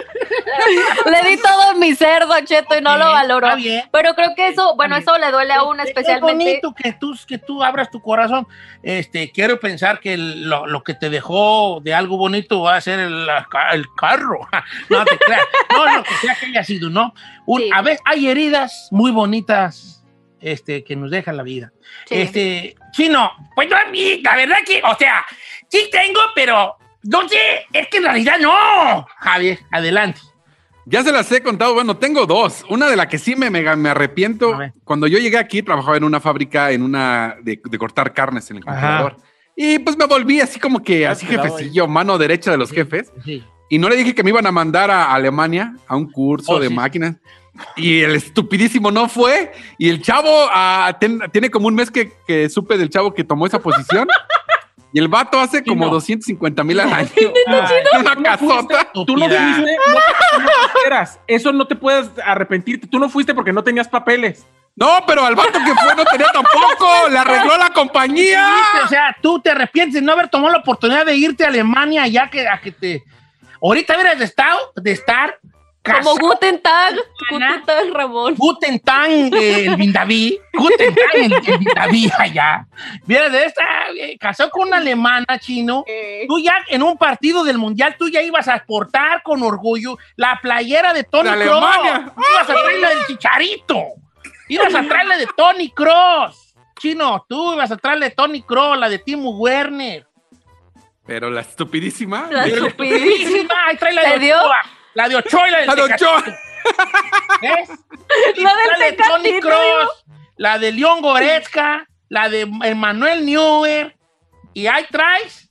Le di todo en mi ser, Don Cheto, y no lo Bien, valoró. está bien. Pero creo que eso, bueno, bien. eso le duele a uno Es especialmente. bonito que tú, que tú abras tu corazón. Este, quiero pensar que el- lo, lo que te dejó de algo bonito va a ser el, la ca- el carro. No te creas. No, lo que sea que haya sido, ¿no? Un- Sí. A veces hay heridas muy bonitas este, que nos dejan la vida. Sí. Este, Chino, pues yo a mí, la verdad que, o sea, sí tengo, pero no sé, es que en realidad no. Javier, adelante. Ya se las he contado, bueno, tengo dos. Una de la que sí me, me, me arrepiento. A ver. Cuando yo llegué aquí, trabajaba en una fábrica en una de, de cortar carnes en el Ajá. congelador. Y pues me volví así como que, Ah, así cuidado jefecillo, mano derecha de los jefes. Sí. Y no le dije que me iban a mandar a Alemania a un curso Oh, de sí. máquinas. Y el estupidísimo no fue. Y el chavo ah, ten- tiene como un mes que, que supe del chavo que tomó esa posición. Y el vato hace como no. doscientos cincuenta mil al año. Ay, Una casota. Tú no Estúpida. fuiste, no, tú no quisieras. Eso no te puedes arrepentirte. Tú no fuiste porque no tenías papeles. No, pero al vato que fue no tenía tampoco. Le arregló la compañía. O sea, tú te arrepientes de no haber tomado la oportunidad de irte a Alemania ya que a que te... Ahorita hubieras de, estado, de estar Como casado. Guten Tag, Ana. Guten Tag, Ramón. Guten Tag, eh, el Vindaví. Guten Tag, el, el Vindaví allá. Hubieras de estar eh, casado con una alemana, Chino. Eh, Tú ya en un partido del Mundial, tú ya ibas a portar con orgullo la playera de Tony De Kroos. Alemania. Ibas a traer la del Chicharito. Ibas a traer la de Tony Kroos. Chino, tú ibas a traer la de Tony Kroos, la de Timo Werner. Pero la estupidísima. La Mira, estupidísima. Ahí trae la ¿Te de dio? Ochoa. La de Ochoa y la del La de Ochoa. Tecatito. ¿Ves? Y La del la de Tony Tecatito, Kroos, la de León Goretzka, la de Emmanuel Neuer. Y ahí traes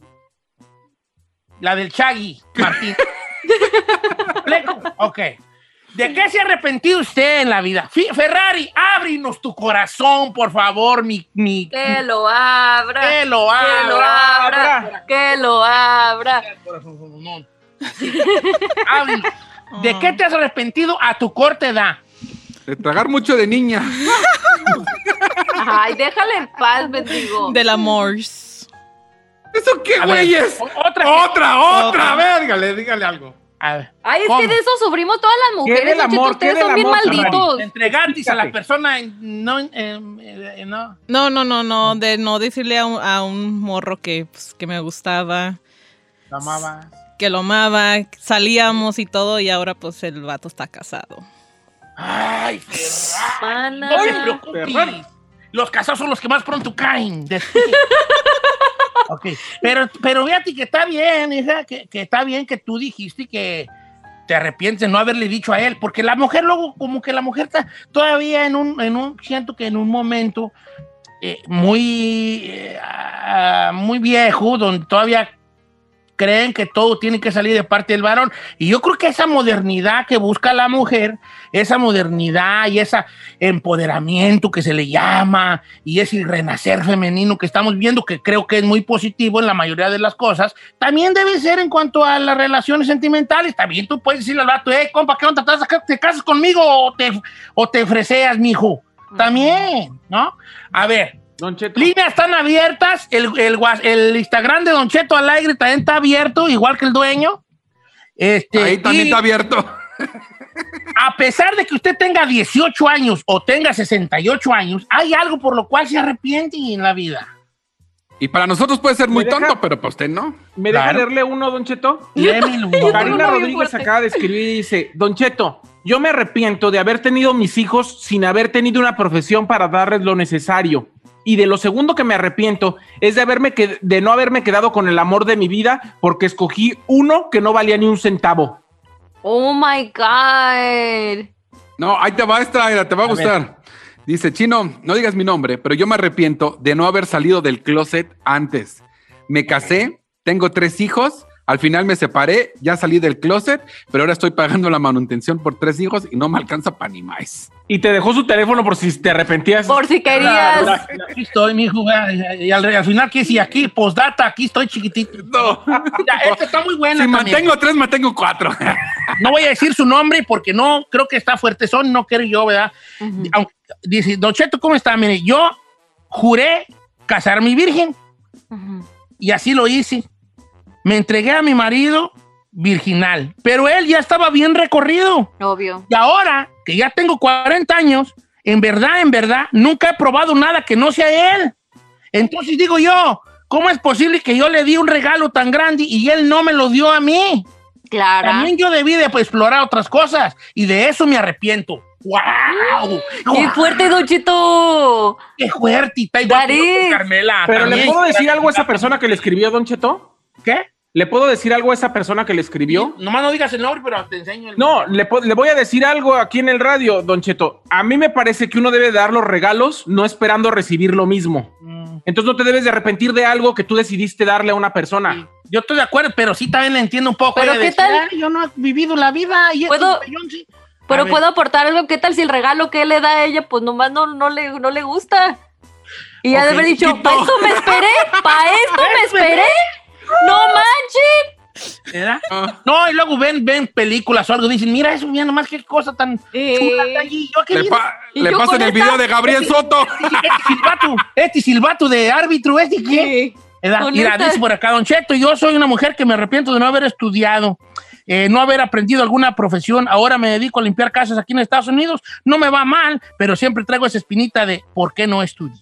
la del Chagui Martín. ¿Explico? Ok. ¿De qué se ha arrepentido usted en la vida? Fi- Ferrari, ábrinos tu corazón, por favor, mi... mi Que lo abra. que lo Que lo abra. abra. Que lo abra. Ábrelo. ¿De qué te has arrepentido a tu corta edad? De tragar mucho de niña. Ay, déjale en paz, bendigo. Del amor. ¿Eso qué, A ver, güeyes? o- otra. Otra, otra. A ver, dígale, dígale algo. A ver. Ay, es ¿Cómo? que de eso sufrimos todas las mujeres. del Don Cheto, amor? ustedes ¿Qué del son bien amor, malditos. Entregatis a la persona en- no, en- en- en- no. No, no, no, no, de no decirle a un, a un morro que, pues, que me gustaba, La amaba. que lo amaba, salíamos y todo, y ahora pues el vato está casado. Ay, Ferrari. Mana. No te preocupes. Ferrari. Los casados son los que más pronto caen. Ok, pero, pero fíjate que está bien, hija, que, que está bien que tú dijiste que te arrepientes de no haberle dicho a él, porque la mujer luego, como que la mujer está todavía en un, en un siento que en un momento eh, muy, eh, uh, muy viejo, donde todavía creen que todo tiene que salir de parte del varón. Y yo creo que esa modernidad que busca la mujer, esa modernidad y ese empoderamiento que se le llama, y ese renacer femenino que estamos viendo, que creo que es muy positivo en la mayoría de las cosas, también debe ser en cuanto a las relaciones sentimentales. También tú puedes decirle al vato, eh, compa, ¿qué onda? ¿Te casas conmigo o te, o te freseas, mijo? También, ¿no? A ver, Don Cheto. Líneas están abiertas, el, el, el Instagram de Don Cheto al aire también está abierto, igual que el dueño. Este, Ahí también y está abierto. A pesar de que usted tenga dieciocho años o tenga sesenta y ocho años, hay algo por lo cual se arrepiente en la vida. Y para nosotros puede ser muy deja, tonto, pero para usted no. ¿Me Claro. deja leerle uno, Don Cheto? Léemelo. Karina Rodríguez acaba de escribir y dice, Don Cheto, yo me arrepiento de haber tenido mis hijos sin haber tenido una profesión para darles lo necesario. Y de lo segundo que me arrepiento es de, haberme que, de no haberme quedado con el amor de mi vida porque escogí uno que no valía ni un centavo. Oh my God. No, ahí te va esta, te va a, a gustar. Ver. Dice, Chino, no digas mi nombre, pero yo me arrepiento de no haber salido del closet antes. Me casé, tengo tres hijos, al final me separé, ya salí del closet, pero ahora estoy pagando la manutención por tres hijos y no me alcanza para ni más. Y te dejó su teléfono por si te arrepentías. Por si querías. Aquí estoy, mijo. Y al, al final, ¿qué? Si aquí, postdata, aquí estoy chiquitito. No. Mira, esta está muy buena. Si también. mantengo tres, mantengo cuatro. No voy a decir su nombre porque no, creo que está fuerte. Son, no quiero yo, ¿verdad? Uh-huh. Aunque, dice, Don Cheto, ¿cómo está? Mire, yo juré casarme virgen. Uh-huh. Y así lo hice. Me entregué a mi marido virginal, pero él ya estaba bien recorrido. Obvio. Y ahora que ya tengo cuarenta años, en verdad, en verdad, nunca he probado nada que no sea él. Entonces digo yo, ¿cómo es posible que yo le di un regalo tan grande y él no me lo dio a mí? Claro. También yo debí de pues, explorar otras cosas y de eso me arrepiento. ¡Wow! ¡Qué fuerte, Don Cheto! ¡Qué fuerte! Carmela. Pero también. ¿Le puedo decir algo a esa persona que le escribió, Don Cheto? ¿Qué? ¿Le puedo decir algo a esa persona que le escribió? Sí, nomás no digas el nombre, pero te enseño el... No, le, le voy a decir algo aquí en el radio, Don Cheto. A mí me parece que uno debe dar los regalos no esperando recibir lo mismo. Mm. Entonces no te debes de arrepentir de algo que tú decidiste darle a una persona. Sí. Yo estoy de acuerdo, pero sí también le entiendo un poco. ¿Pero qué decir, tal? Yo no he vivido la vida y ¿Puedo... esto, sí. Pero puedo aportar algo. ¿Qué tal si el regalo que él le da a ella, pues nomás no, no, le, no le gusta? Y ya okay. debe haber dicho, ¿para esto me esperé? ¿Para esto me esperé? ¡No manches! ¿Verdad? No, y luego ven, ven películas o algo, dicen, mira eso, mira nomás qué cosa tan eh, chula está allí. Yo, ¿qué le pa le pasan el esta? video de Gabriel este, Soto. Este, este silbato, este silbato de árbitro, este qué. Mira, dice por acá, Don Cheto, yo soy una mujer que me arrepiento de no haber estudiado, eh, no haber aprendido alguna profesión. Ahora me dedico a limpiar casas aquí en Estados Unidos. No me va mal, pero siempre traigo esa espinita de ¿por qué no estudié?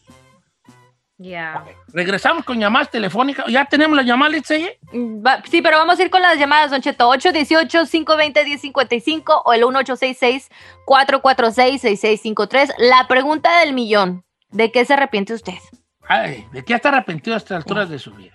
Ya. Yeah. Okay. Regresamos con llamadas telefónicas. ¿Ya tenemos las llamadas, Litzeye? Sí, pero vamos a ir con las llamadas, Don Cheto. ocho uno ocho, cinco dos cero, uno cero cinco cinco o el uno ocho seis seis, cuatro cuatro seis, seis seis cinco tres. La pregunta del millón. ¿De qué se arrepiente usted? Ay, ¿de qué está arrepentido a estas alturas de su vida?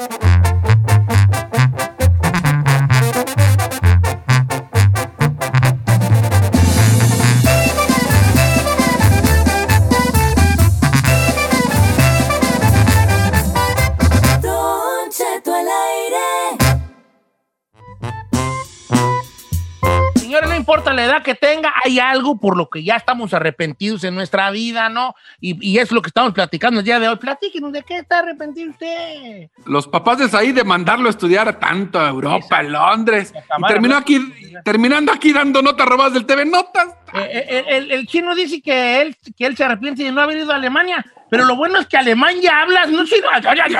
Señores, no importa la edad que tenga, hay algo por lo que ya estamos arrepentidos en nuestra vida, ¿no? Y, y es lo que estamos platicando el día de hoy. Platíquenos, ¿de qué está arrepentido usted? Los papás de Said de mandarlo a estudiar a tanto a Europa, a Londres. Y terminó aquí, terminando aquí dando notas robadas del T V Notas. Eh, el, el, el chino dice que él, que él se arrepiente de no haber ido a Alemania, pero lo bueno es que alemán ya hablas, no chino.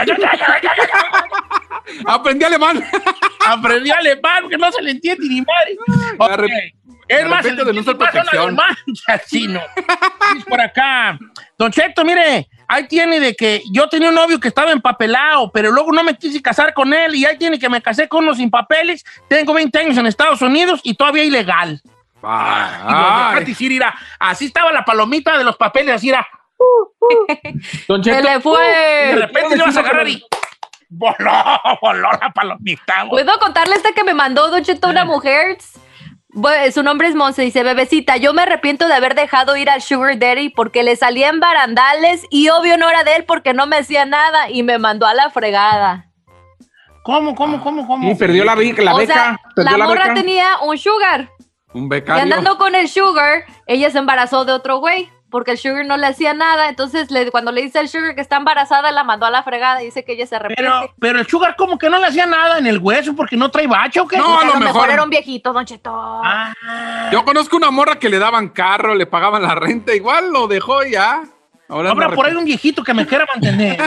Aprendí alemán. Aprendí alemán, porque no se le entiende ni madre. Okay. Es más, el de nuestra perfección. Chino. Por acá. Don Cheto, mire, ahí tiene de que yo tenía un novio que estaba empapelado, pero luego no me quise casar con él y ahí tiene que me casé con uno sin papeles. Tengo veinte años en Estados Unidos y todavía ilegal. Ah, decir, irá, así estaba la palomita de los papeles, así era. Don Se Cheto, le fue. De repente le vas a agarrar y... Voló, voló la palomita. ¿Puedo contarle esta que me mandó Don Cheto una mujer? Bueno, su nombre es Monse, dice, bebecita, yo me arrepiento de haber dejado ir al Sugar Daddy porque le salía en barandales y obvio no era de él porque no me hacía nada y me mandó a la fregada. ¿Cómo, cómo, cómo, cómo? Sí, perdió la, be- la O beca. sea, perdió la la morra beca. tenía un Sugar Un y becario. andando con el Sugar, ella se embarazó de otro güey porque el Sugar no le hacía nada, entonces le, cuando le dice al Sugar que está embarazada, la mandó a la fregada y dice que ella se arrepiente. Pero, pero el Sugar como que no le hacía nada en el hueso porque no trae bacho, ¿o qué? No, Porque a lo mejor- era un viejito, Don Cheto. Ah, Yo conozco una morra que le daban carro, le pagaban la renta, igual lo dejó y ya. Ahora habrá no por ahí arrepiente. un viejito que me quiera mantener.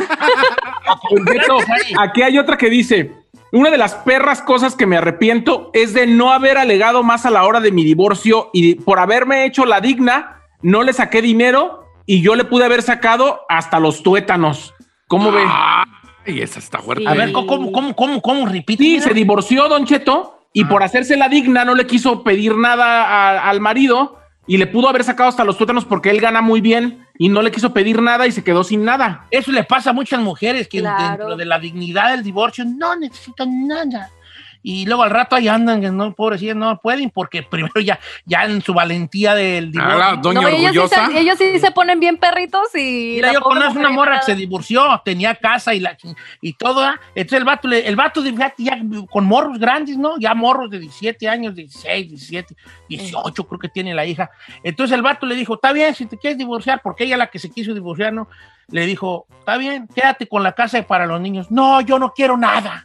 Don Cheto, aquí hay otra que dice, una de las perras cosas que me arrepiento es de no haber alegado más a la hora de mi divorcio y por haberme hecho la digna, no le saqué dinero y yo le pude haber sacado hasta los tuétanos. ¿Cómo ve? Ay, esa está fuerte. A ver, ¿cómo, cómo, cómo, cómo? Repite. Sí, se divorció Don Cheto y por hacerse la digna no le quiso pedir nada a- al marido y le pudo haber sacado hasta los tuétanos porque él gana muy bien y no le quiso pedir nada y se quedó sin nada. Eso le pasa a muchas mujeres que Claro. dentro de la dignidad del divorcio no necesitan nada. Y luego al rato ahí andan, que no, pobrecillas, no pueden, porque primero ya, ya en su valentía del divorcio. Ah, la doña No, ellos, sí orgullosa. se, ellos sí se ponen bien perritos y... Mira, la yo pobre conozco mujer una morra que se nada. divorció, tenía casa y la ching- y todo, ¿ah? Entonces el vato, le- el vato de- fíjate, ya con morros grandes, ¿no? Ya morros de diecisiete años, dieciséis, diecisiete, dieciocho creo que tiene la hija. Entonces el vato le dijo, está bien, si te quieres divorciar, porque ella la que se quiso divorciar, ¿no? Le dijo, está bien, quédate con la casa para los niños. No, yo no quiero nada.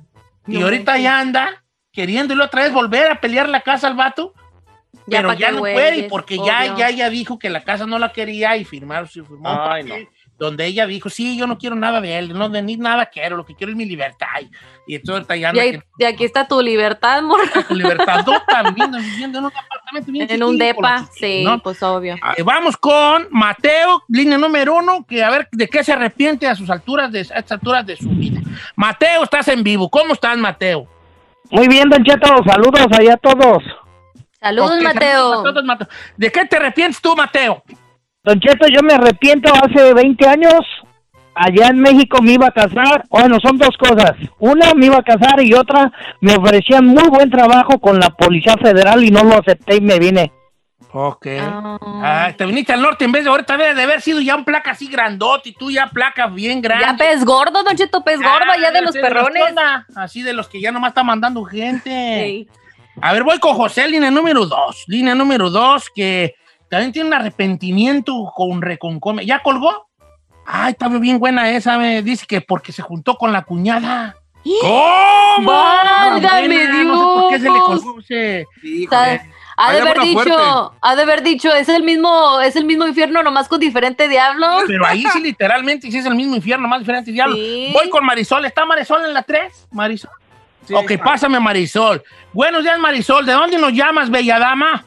Y No, ahorita sí. ya anda queriéndole otra vez volver a pelear la casa al vato. Ya Pero pa' ya qué no güeyes, puede, porque ya, obvio. ya ella dijo que la casa no la quería y firmaron, se firmó un Ay, papel donde ella dijo, sí, yo no quiero nada de él, no de ni nada quiero, lo que quiero es mi libertad. Y, y entonces ahorita ya Y, anda ahí- que- y aquí está tu libertad, morra. con libertad dos también, viviendo en un apartamento bien En un chiquito, con depa, los chiquitos, sí, ¿no? pues obvio. Eh, vamos con Mateo, línea número uno, que a ver de qué se arrepiente a sus alturas, de, a estas alturas de su vida. Mateo, estás en vivo. ¿Cómo estás, Mateo? Muy bien, Don Cheto, saludos allá a todos. Saludos, Ok, Mateo. saludos a todos, Mateo. ¿De qué te arrepientes tú, Mateo? Don Cheto, yo me arrepiento, hace veinte años, allá en México me iba a casar. Bueno, son dos cosas. Una, me iba a casar y otra, me ofrecían muy buen trabajo con la Policía Federal y no lo acepté y me vine. Ok. Ah. Ah, te viniste al norte en vez de ahorita debe de haber sido ya un placa así grandote y tú ya placa bien grande. Ya pez gordo, Don Cheto, pez gordo, ya de los así perrones. que onda, así de los que ya nomás está mandando gente. Sí. A ver, voy con José, línea número dos. Línea número dos, que también tiene un arrepentimiento con reconcome. ¿Ya colgó? Ay, está bien buena esa. Me dice que porque se juntó con la cuñada. ¿Cómo? ¡Válgame Buena, No sé por qué se le Dios! colgó ese. Híjole. Ha de Vaya haber buena dicho, fuerte. ha de haber dicho, es el mismo, es el mismo infierno, nomás con diferente diablo. Pero ahí sí, literalmente, sí es el mismo infierno, más diferente diablo. Sí. Voy con Marisol. ¿Está Marisol en la tres? Marisol. Sí, ok, está. pásame, Marisol. Buenos días, Marisol. ¿De dónde nos llamas, bella dama?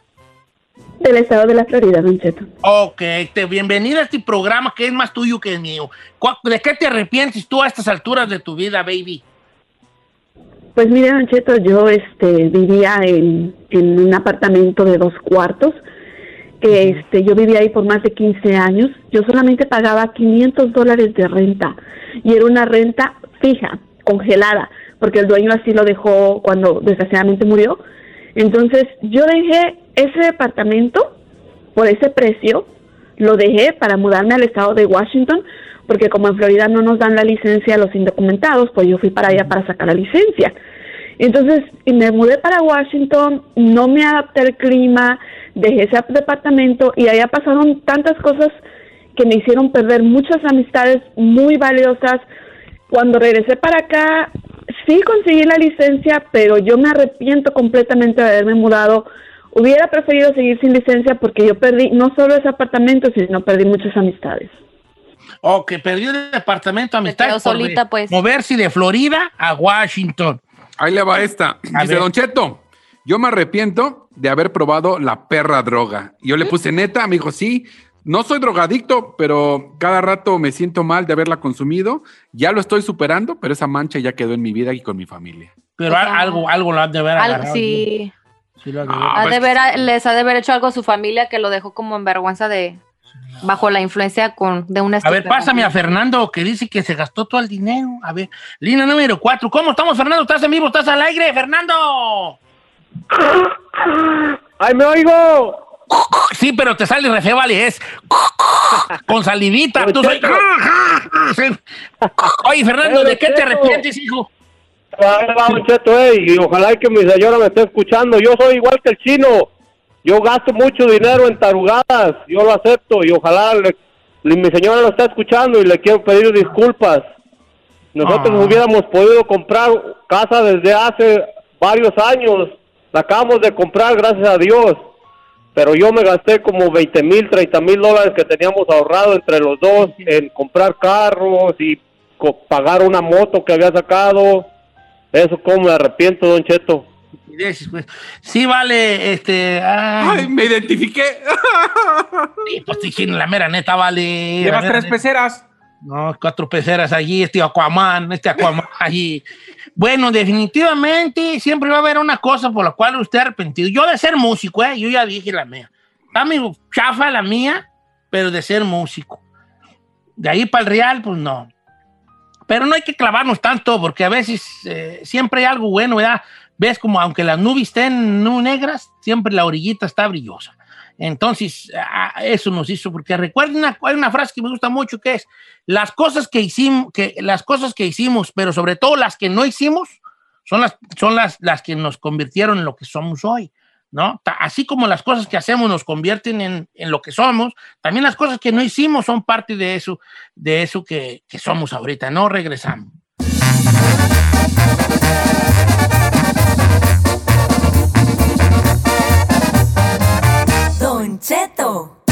Del estado de la Florida, Don Cheto. Ok, te, bienvenida a este programa que es más tuyo que el mío. ¿Cuál- ¿De qué te arrepientes tú a estas alturas de tu vida, baby? Pues mire, Don Cheto, yo este, vivía en, en un apartamento de dos cuartos. Que este, yo vivía ahí por más de quince años. Yo solamente pagaba quinientos dólares de renta. Y era una renta fija, congelada, porque el dueño así lo dejó cuando desgraciadamente murió. Entonces, yo dejé ese departamento por ese precio, lo dejé para mudarme al estado de Washington, porque como en Florida no nos dan la licencia a los indocumentados, pues yo fui para allá para sacar la licencia. Entonces, y me mudé para Washington, no me adapté al clima, dejé ese departamento y allá pasaron tantas cosas que me hicieron perder muchas amistades muy valiosas. Cuando regresé para acá, sí conseguí la licencia, pero yo me arrepiento completamente de haberme mudado. Hubiera preferido seguir sin licencia porque yo perdí no solo ese apartamento, sino perdí muchas amistades. Ok, perdió el departamento amistad quedó solita, pues. moverse de Florida a Washington. Ahí le va esta. A Dice, ver. Don Cheto, yo me arrepiento de haber probado la perra droga. Y yo le puse neta, me dijo, sí, no soy drogadicto, pero cada rato me siento mal de haberla consumido. Ya lo estoy superando, pero esa mancha ya quedó en mi vida y con mi familia. Pero Ajá. algo, algo lo han de haber Al- agarrado. sí, Sí lo han de haber- Ah, ha pues- de ver, les ha de haber hecho algo a su familia que lo dejó como en vergüenza de... bajo la influencia con, de una A ver, pásame a Fernando, que dice que se gastó todo el dinero. A ver, línea número cuatro. ¿Cómo estamos, Fernando? ¿Estás en vivo? ¿Estás al aire, Fernando? ¡Ay, me oigo! Sí, pero te sale re feo, vale, es con salivita. Tú soy... Oye, Fernando, ¿de qué te arrepientes, hijo? Ay, va, Cheto, eh, y ojalá que mi señora me esté escuchando. Yo soy igual que el chino. Yo gasto mucho dinero en tarugadas. Yo lo acepto y ojalá le, le, mi señora lo está escuchando y le quiero pedir disculpas. Nosotros Ah. hubiéramos podido comprar casa desde hace varios años. La acabamos de comprar, gracias a Dios. Pero yo me gasté como veinte mil, treinta mil dólares que teníamos ahorrado entre los dos en comprar carros y co- pagar una moto que había sacado. Eso como me arrepiento, Don Cheto. Sí, vale, este... ah. Ay, me identifiqué. Sí, pues sí, la mera neta, vale. Llevas La mera tres neta. peceras. No, cuatro peceras allí, este Aquaman, este Aquaman allí. Bueno, definitivamente siempre va a haber una cosa por la cual usted arrepentido. Yo de ser músico, ¿eh? Yo ya dije la mía. Está medio chafa la mía, pero de ser músico. De ahí para el real, pues no. Pero no hay que clavarnos tanto, porque a veces eh, siempre hay algo bueno, ¿verdad? Ves como aunque las nubes estén no negras, siempre la orillita está brillosa. Entonces, ah, eso nos hizo, porque recuerden, una, hay una frase que me gusta mucho que es, las cosas que hicimos, que, las cosas que hicimos, pero sobre todo las que no hicimos, son las, son las, las que nos convirtieron en lo que somos hoy, ¿no? Ta- Así como las cosas que hacemos nos convierten en, en lo que somos, también las cosas que no hicimos son parte de eso, de eso que, que somos ahorita, ¿no? Regresamos. Don Cheto.